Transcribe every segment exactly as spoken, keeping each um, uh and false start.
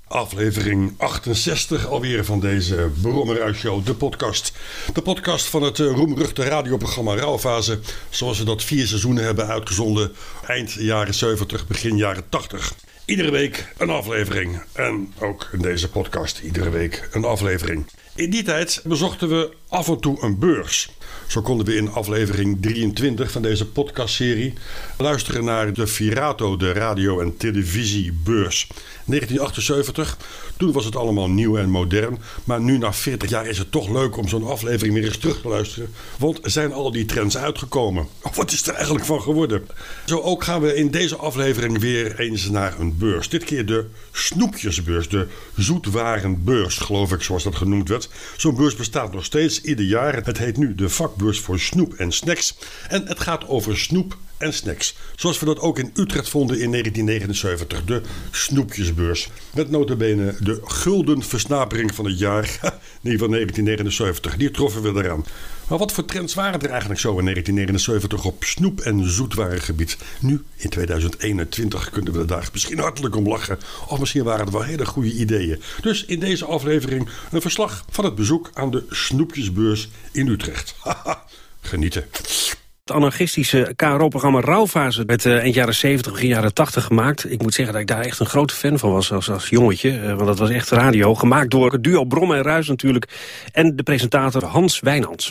Aflevering achtenzestig alweer van deze Brommerhuis-show, de podcast. De podcast van het roemruchte radioprogramma Rauwfase, zoals we dat vier seizoenen hebben uitgezonden, eind jaren zeventig, begin jaren tachtig. Iedere week een aflevering en ook in deze podcast iedere week een aflevering. In die tijd bezochten we af en toe een beurs. Zo konden we in aflevering drieëntwintig van deze podcastserie luisteren naar de Virato, de radio- en televisiebeurs. negentien achtenzeventig, toen was het allemaal nieuw en modern. Maar nu na veertig jaar is het toch leuk om zo'n aflevering weer eens terug te luisteren. Want zijn al die trends uitgekomen? Of wat is er eigenlijk van geworden? Zo ook gaan we in deze aflevering weer eens naar een beurs. Dit keer de snoepjesbeurs, de zoetwarenbeurs, geloof ik zoals dat genoemd werd. Zo'n beurs bestaat nog steeds ieder jaar. Het heet nu de vakbeurs voor snoep en snacks. En het gaat over snoep en snacks. Zoals we dat ook in Utrecht vonden in negentien negenenzeventig. De snoepjesbeurs. Met nota bene de gulden versnapering van het jaar. Die van negentien negenenzeventig. Die troffen we eraan. Maar wat voor trends waren er eigenlijk zo in negentien negenenzeventig op snoep- en zoetwarengebied? Nu, in tweeduizend eenentwintig, kunnen we daar misschien hartelijk om lachen. Of misschien waren het wel hele goede ideeën. Dus in deze aflevering een verslag van het bezoek aan de snoepjesbeurs in Utrecht. Haha, genieten. Het anarchistische K R O-programma Rauwfase werd uh, eind jaren zeventig, begin jaren tachtig gemaakt. Ik moet zeggen dat ik daar echt een grote fan van was als, als jongetje. Uh, want dat was echt radio. Gemaakt door het duo Brom en Ruijs natuurlijk. En de presentator Hans Wijnands.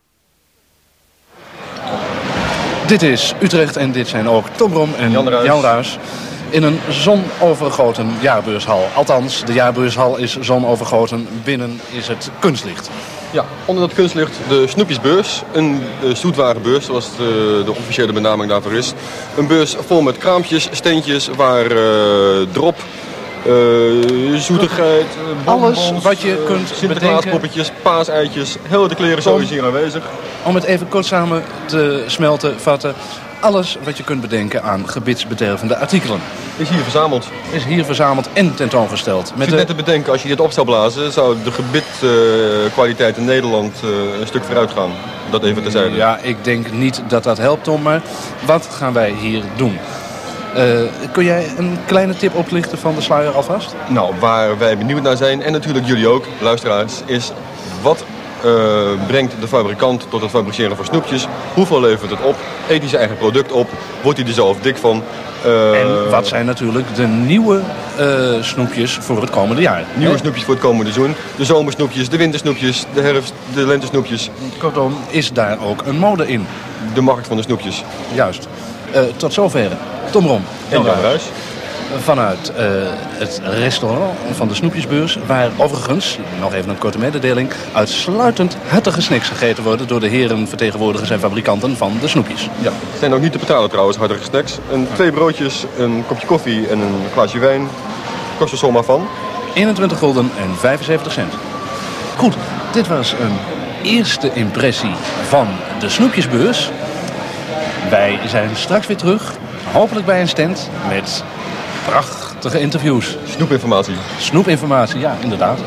Dit is Utrecht en dit zijn ook Tom Brom en Jan Ruijs. Jan Ruijs. In een zonovergoten jaarbeurshal. Althans, de jaarbeurshal is zonovergoten. Binnen is het kunstlicht. Ja, onder dat kunstlicht de snoepjesbeurs. Een zoetwarenbeurs, zoals de, de officiële benaming daarvoor is. Een beurs vol met kraampjes, steentjes waar uh, drop, uh, zoetigheid, alles wat je uh, kunt Sinterklaaspoppetjes, paaseitjes, heel de kleren zo is hier aanwezig. Om het even kort samen te smelten, vatten. Alles wat je kunt bedenken aan gebiedsbedervende artikelen. Is hier verzameld. Is hier verzameld en tentoongesteld. Met de... net te bedenken, als je dit op zou blazen, zou de gebitkwaliteit uh, in Nederland uh, een stuk vooruit gaan. Dat even terzijde. Ja, ik denk niet dat dat helpt, Tom. Maar wat gaan wij hier doen? Uh, kun jij een kleine tip oplichten van de sluier alvast? Nou, waar wij benieuwd naar zijn, en natuurlijk jullie ook, luisteraars, is wat Uh, brengt de fabrikant tot het fabriceren van snoepjes? Hoeveel levert het op? Eet hij zijn eigen product op? Wordt hij er zelf dik van? Uh, en wat zijn natuurlijk de nieuwe uh, snoepjes voor het komende jaar? Nieuwe hè? Snoepjes voor het komende seizoen. De zomersnoepjes, de wintersnoepjes, de herfst, de lentesnoepjes. Kortom, is daar ook een mode in? De markt van de snoepjes. Juist. Uh, tot zover. Tom Brom en Jan Ruijs. Vanuit uh, het restaurant van de snoepjesbeurs, waar overigens, nog even een korte mededeling, uitsluitend hartige snacks gegeten worden door de heren, vertegenwoordigers en fabrikanten van de snoepjes. Ja, het zijn ook niet te betalen trouwens, hartige snacks. Een, twee broodjes, een kopje koffie en een glaasje wijn kost er zomaar van eenentwintig gulden en vijfenzeventig cent. Goed, dit was een eerste impressie van de snoepjesbeurs. Wij zijn straks weer terug, hopelijk bij een stand met prachtige interviews. Snoepinformatie. Snoepinformatie, ja, inderdaad.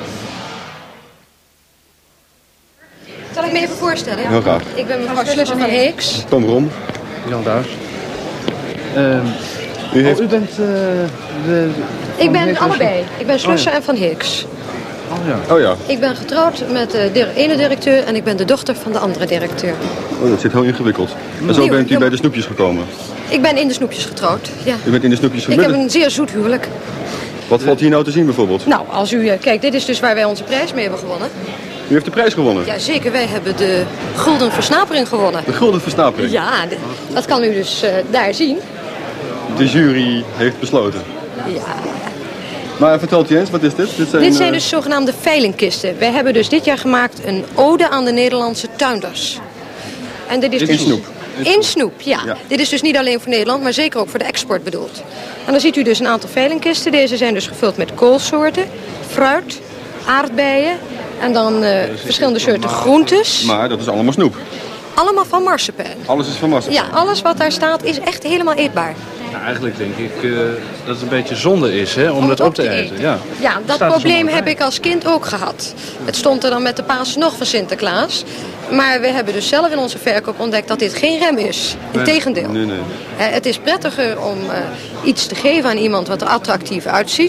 Zal ik me even voorstellen? Heel graag. Ik ben mevrouw Slusser van Heeks. Tom Brom. Jan Duis. Uh, u, heeft... oh, u bent uh, de... Ik ben allebei. Ik ben Slusser oh, ja. en van Heeks. Oh ja. oh ja. Ik ben getrouwd met de ene directeur en ik ben de dochter van de andere directeur. Oh, dat zit heel ingewikkeld. En zo bent u bij de snoepjes gekomen? Ik ben in de snoepjes getrouwd, ja. U bent in de snoepjes getrouwd? Ik heb een zeer zoet huwelijk. Wat valt hier nou te zien bijvoorbeeld? Nou, als u... Kijk, dit is dus waar wij onze prijs mee hebben gewonnen. U heeft de prijs gewonnen? Ja, zeker. Wij hebben de gulden versnapering gewonnen. De gulden versnapering? Ja, de, dat kan u dus uh, daar zien. De jury heeft besloten? Ja. Maar vertelt u eens, wat is dit? Dit zijn, dit zijn dus zogenaamde veilingkisten. Wij hebben dus dit jaar gemaakt een ode aan de Nederlandse tuinders. En dit is in dus... snoep? In snoep, ja. ja. Dit is dus niet alleen voor Nederland, maar zeker ook voor de export bedoeld. En dan ziet u dus een aantal veilingkisten. Deze zijn dus gevuld met koolsoorten, fruit, aardbeien en dan uh, verschillende soorten groentes. Maar dat is allemaal snoep? Allemaal van marsepein. Alles is van marsepein? Ja, alles wat daar staat is echt helemaal eetbaar. Nou, eigenlijk denk ik uh, dat het een beetje zonde is hè, om, om dat op te eten. eten. Ja, ja dat probleem heb ik als kind ook gehad. Het stond er dan met de Pasen nog van Sinterklaas. Maar we hebben dus zelf in onze verkoop ontdekt dat dit geen rem is. Integendeel. Nee, nee. Uh, het is prettiger om uh, iets te geven aan iemand wat er attractief uitziet.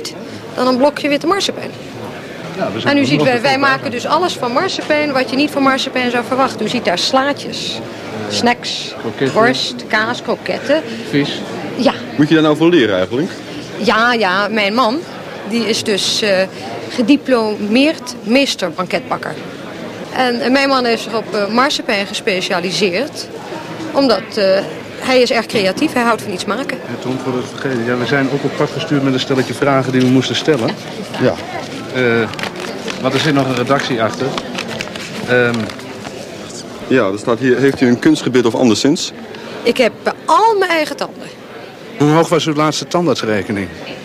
dan een blokje witte marsepein. Ja, we zijn En u nog ziet, nog wij, te wij veel maken dus alles van marsepein wat je niet van marsepein zou verwachten. U ziet daar slaatjes, snacks, Kroketten. worst, kaas, kroketten. vis. Ja, Moet je daar nou voor leren eigenlijk? ja, ja, mijn man die is dus uh, gediplomeerd meester banketbakker. En uh, mijn man heeft zich op uh, marsepein gespecialiseerd. Omdat uh, hij is erg creatief, hij houdt van iets maken. Ja, Tom, voor het vergeten. Ja, we zijn ook op pad gestuurd met een stelletje vragen die we moesten stellen. Ja. Uh, want er zit nog een redactie achter. Um, Ja, er staat hier, heeft u een kunstgebied of anderszins? Ik heb uh, al mijn eigen tanden. hoe hoog was uw laatste tandartsrekening?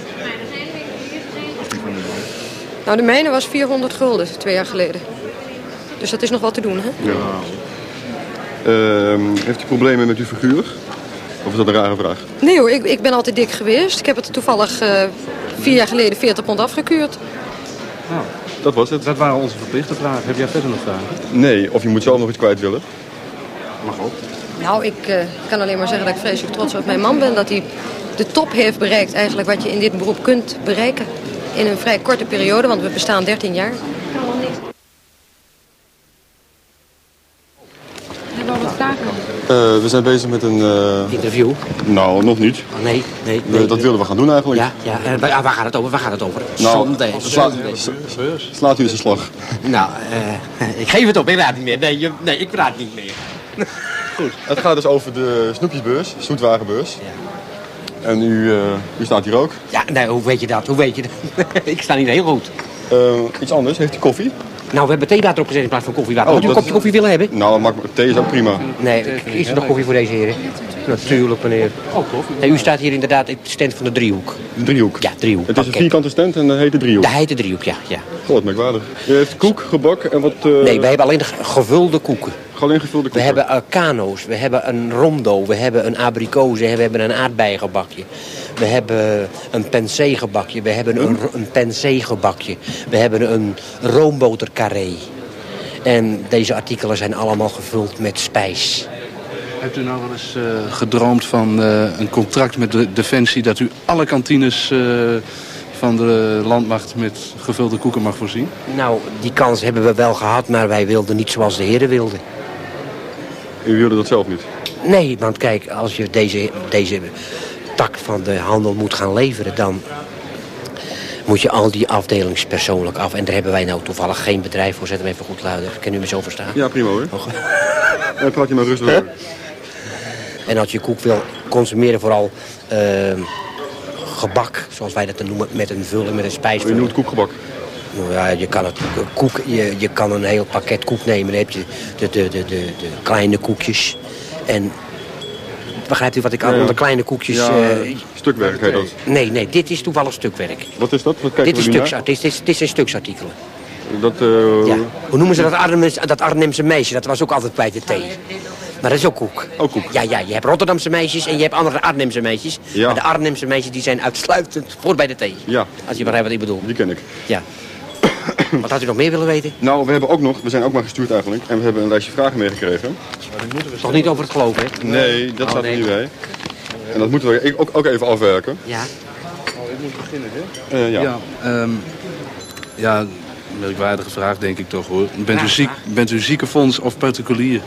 Nou, de mijne was vierhonderd gulden, twee jaar geleden. Dus dat is nog wat te doen, hè? Ja. Uh, heeft u problemen met uw figuur? Of is dat een rare vraag? Nee hoor, ik, ik ben altijd dik geweest. Ik heb het toevallig uh, vier jaar geleden veertig pond afgekuurd. Nou, Dat was het. dat waren onze verplichte vragen. Heb jij verder nog vragen? Nee, of je moet zelf nog iets kwijt willen. Mag ook. Nou, ik uh, kan alleen maar zeggen dat ik vreselijk trots op mijn man ben. Dat hij de top heeft bereikt eigenlijk wat je in dit beroep kunt bereiken. In een vrij korte periode, want we bestaan dertien jaar. Hebben we wat vragen? Uh, we zijn bezig met een... Uh... Interview? Nou, nog niet. Oh, nee, nee, nee. Uh, dat willen we gaan doen eigenlijk. Ja, ja. Uh, waar, waar gaat het over? Waar gaat het over? Nou, Zonde. sla slaat u eens een slag. Nou, uh, ik geef het op. Ik praat niet meer. Nee, je, nee ik praat niet meer. Goed. Het gaat dus over de snoepjesbeurs, zoetwarenbeurs. Ja. En u, uh, u staat hier ook. Ja, nee, hoe weet je dat? Hoe weet je dat? Ik sta niet heel goed. Uh, iets anders, heeft u koffie? Nou, we hebben theewater opgezet in plaats van koffiewater. Oh, Moet u een dat kopje is- koffie willen hebben? Nou, maakt, thee is ook prima. Nee, is er nog koffie voor deze heren? Natuurlijk, meneer. Oh, koffie. Nee, u staat hier inderdaad in de stand van de driehoek. Een driehoek. Ja, driehoek. Het is een Oké. vierkante stand en dat heet de driehoek. Dat heet de driehoek, ja. ja. God, merkwaardig. U heeft koek, gebak en wat... Uh, Nee, wij hebben alleen de gevulde koeken. Gewoon ingevulde koek. We hebben uh, kano's, we hebben een rondo, we hebben een abrikoze, we hebben een aardbeiengebakje. We hebben een pensé-gebakje, we hebben een, een pensé-gebakje. We hebben een roombotercarré. En deze artikelen zijn allemaal gevuld met spijs. Hebt u nou wel eens uh, gedroomd van uh, een contract met de Defensie... dat u alle kantines uh, van de landmacht met gevulde koeken mag voorzien? Nou, die kans hebben we wel gehad, maar wij wilden niet zoals de heren wilden. U wilde dat zelf niet? Nee, want kijk, als je deze, deze tak van de handel moet gaan leveren... dan moet je al die afdelings persoonlijk af. En daar hebben wij nou toevallig geen bedrijf voor. Zet hem even goed luider. Kan u me zo verstaan? Ja, prima hoor. Och. Ja, praat je maar rustig over. En als je koek wil consumeren, vooral uh, gebak, zoals wij dat dan noemen, met een vulling, met een U spijsvulling. noemt koekgebak. Nou ja, je kan, het, koek, je, je kan een heel pakket koek nemen. Dan heb je de, de, de, de, de kleine koekjes. En begrijpt u wat ik aan Ja, ja. onder kleine koekjes... Ja, uh, stukwerk heet dat. nee, nee, dit is toevallig stukwerk. Wat is dat? Wat kijken Dit, is we nu stuks, naar? dit, is, dit zijn stuksartikelen. Dat, uh, Ja. Hoe noemen ze dat, Arnhemse, dat Arnhemse meisje? Dat was ook altijd bij de thee. Maar dat is ook koek. Ook koek. Ja, ja, je hebt Rotterdamse meisjes en je hebt andere Arnhemse meisjes. Ja. Maar de Arnhemse meisjes die zijn uitsluitend voor bij de thee. Ja. Als je begrijpt wat ik bedoel. Die ken ik. Ja. Wat had u nog meer willen weten? Nou, we hebben ook nog, we zijn ook maar gestuurd eigenlijk. En we hebben een lijstje vragen meegekregen. Toch niet over het geloof, hè? Nee, dat Oh, staat er nee. niet bij. En dat moeten we ook, ook even afwerken. Ja. Oh, ik moet beginnen, hè? Uh, ja. Ja, um, ja, een merkwaardige vraag denk ik toch hoor. Bent u, ziek, bent u ziekenfonds of particulier?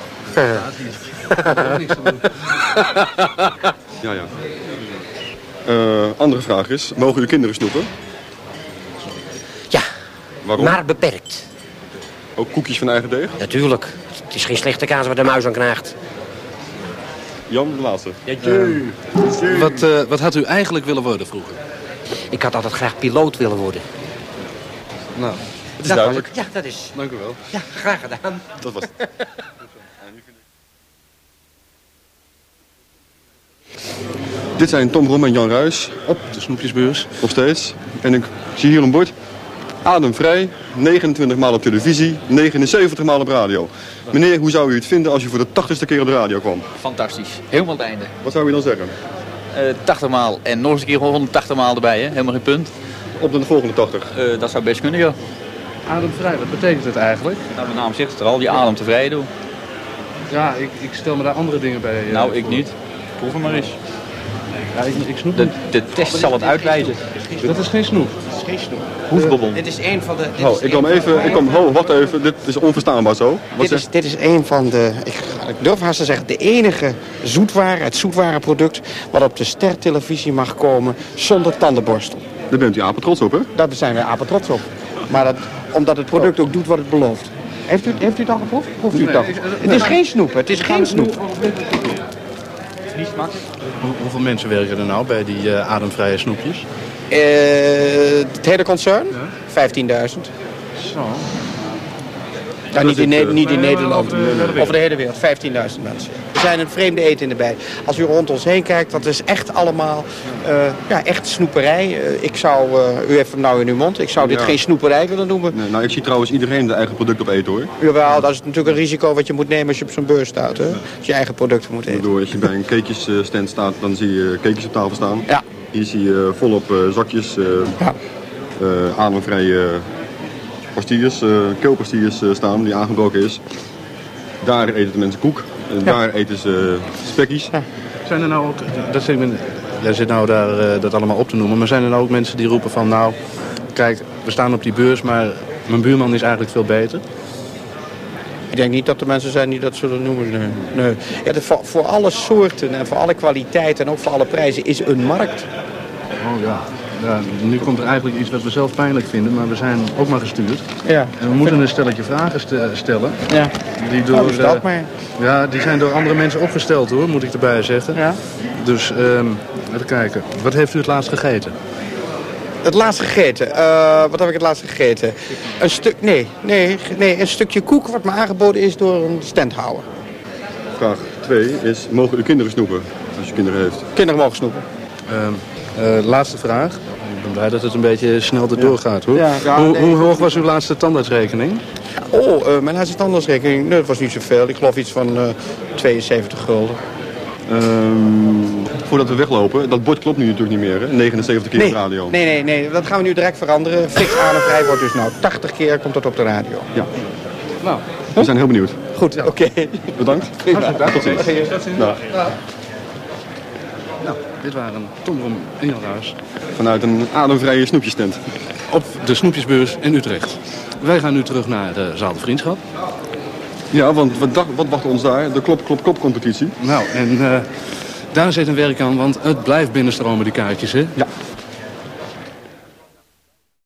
ja, ja. Uh, andere vraag is, mogen uw kinderen snoepen? Ja, Waarom? maar beperkt. Ook koekjes van eigen deeg? Natuurlijk. Het is geen slechte kaas waar de muis aan knaagt. Jan, de laatste. Wat, uh, wat had u eigenlijk willen worden vroeger? Ik had altijd graag piloot willen worden. Nou, Het is duidelijk. Ja, dat is... dank u wel. Ja, graag gedaan. Dat was het. Dit zijn Tom Brom en Jan Ruijs, Op de snoepjesbeurs. nog steeds. En ik zie hier een bord. Ademvrij, negenentwintig maal op televisie, negenenzeventig maal op radio. Meneer, hoe zou u het vinden als u voor de tachtigste keer op de radio kwam? Fantastisch. Helemaal het einde. Wat zou u dan zeggen? Uh, tachtig maal en nog eens een keer honderdtachtig maal erbij, hè? Helemaal geen punt. Op de volgende tachtig. Uh, dat zou best kunnen, joh. Ademvrij, wat betekent het eigenlijk? Nou, de naam zegt het er al, je adem tevreden doen. Ja, ik, ik stel me daar andere dingen bij. Uh, nou, ik voor. niet. Proef hem maar eens. Ja, ik, ik snoep De, niet. de test zal het uitwijzen. Dat is geen snoep. Het is geen snoep. Hoefbonbon. Dit is een van de... dit Oh, is ik een kom van even, de- ik kom, ho, wacht even, dit is onverstaanbaar zo. Wat Dit zeg- is, dit is een van de, ik, ik durf haast te zeggen, de enige zoetware, het zoetwarenproduct wat op de stertelevisie mag komen zonder tandenborstel. Daar bent u apen trots op, hè? Daar zijn wij apen trots op. Maar dat, omdat het product ook doet wat het belooft. Heeft u, heeft u het al geproefd? Proeft u het al? Het is geen snoep, het is geen snoep. Hoe, hoeveel mensen werken er nou bij die uh, ademvrije snoepjes? Uh, het hele concern? vijftienduizend. Zo. Nou, niet, in, het, Ne- niet in nee, Nederland, over de hele wereld. over de hele wereld. vijftienduizend mensen. We zijn een vreemde eten in de bij. Als u rond ons heen kijkt, dat is echt allemaal uh, ja, echt snoeperij. Uh, ik zou, uh, u heeft hem nou in uw mond, ik zou dit Ja. geen snoeperij willen noemen. Nee, nou, ik zie trouwens iedereen de eigen product op eten, hoor. Jawel, dat is natuurlijk een risico wat je moet nemen als je op zo'n beurs staat. Hè? Als je eigen producten moet eten. Waardoor als je bij een cakejesstand staat, dan zie je cakejes op tafel staan. Ja. Hier zie je volop uh, zakjes, uh, Ja. uh, ademvrije pastilles, uh, keelpastilles uh, staan die aangebroken is. Daar eten de mensen koek. En Ja. daar eten ze spekkies. Ja. Zijn er nou ook, dat zit, jij zit nou daar uh, dat allemaal op te noemen, maar zijn er nou ook mensen die roepen van nou, kijk, we staan op die beurs, maar mijn buurman is eigenlijk veel beter? Ik denk niet dat er mensen zijn die dat zullen noemen. Nee. Nee. Ja, de, voor, voor alle soorten en voor alle kwaliteiten en ook voor alle prijzen is een markt. Oh ja. Ja, nu komt er eigenlijk iets wat we zelf pijnlijk vinden, maar we zijn ook maar gestuurd. Ja. En we moeten een stelletje vragen ste- stellen. Ja. Die, Nou, door, dus dat eh, maar. ja, die zijn door andere mensen opgesteld hoor, moet ik erbij zeggen. Ja. Dus um, even kijken. Wat heeft u het laatst gegeten? Het laatst gegeten. Uh, wat heb ik het laatst gegeten? Een stuk, nee, nee, nee, een stukje koek wat me aangeboden is door een standhouder. Vraag twee is, mogen de kinderen snoepen als je kinderen heeft? Kinderen mogen snoepen. Um, uh, laatste vraag. Ik ben blij dat het een beetje snel erdoor gaat hoor. Ja, ja, hoe, nee, hoe goed. hoog was uw laatste tandartsrekening? Oh, uh, mijn laatste tandartsrekening, nee, dat was niet zoveel. Ik geloof iets van uh, tweeënzeventig gulden. Um, voordat we weglopen, dat bord klopt nu natuurlijk niet meer, hè? negenenzeventig keer Nee, op de radio. nee, nee, nee, dat gaan we nu direct veranderen. Fix ademvrij wordt dus nou tachtig keer komt dat op de radio. Ja. Nou, we zijn heel benieuwd. Goed, oké. Okay. Bedankt. Prima. Tot ziens. Nou, Nou, dit waren Tom Rom en Jan Ruijs vanuit een ademvrije snoepjestent. op de Snoepjesbeurs in Utrecht. Wij gaan nu terug naar de Zaal de Vriendschap. Ja, want wat, dacht, wat wacht ons daar? De klop, klop, klop competitie. Nou, en uh, daar zit een werk aan, want het blijft binnenstromen die kaartjes hè? Ja.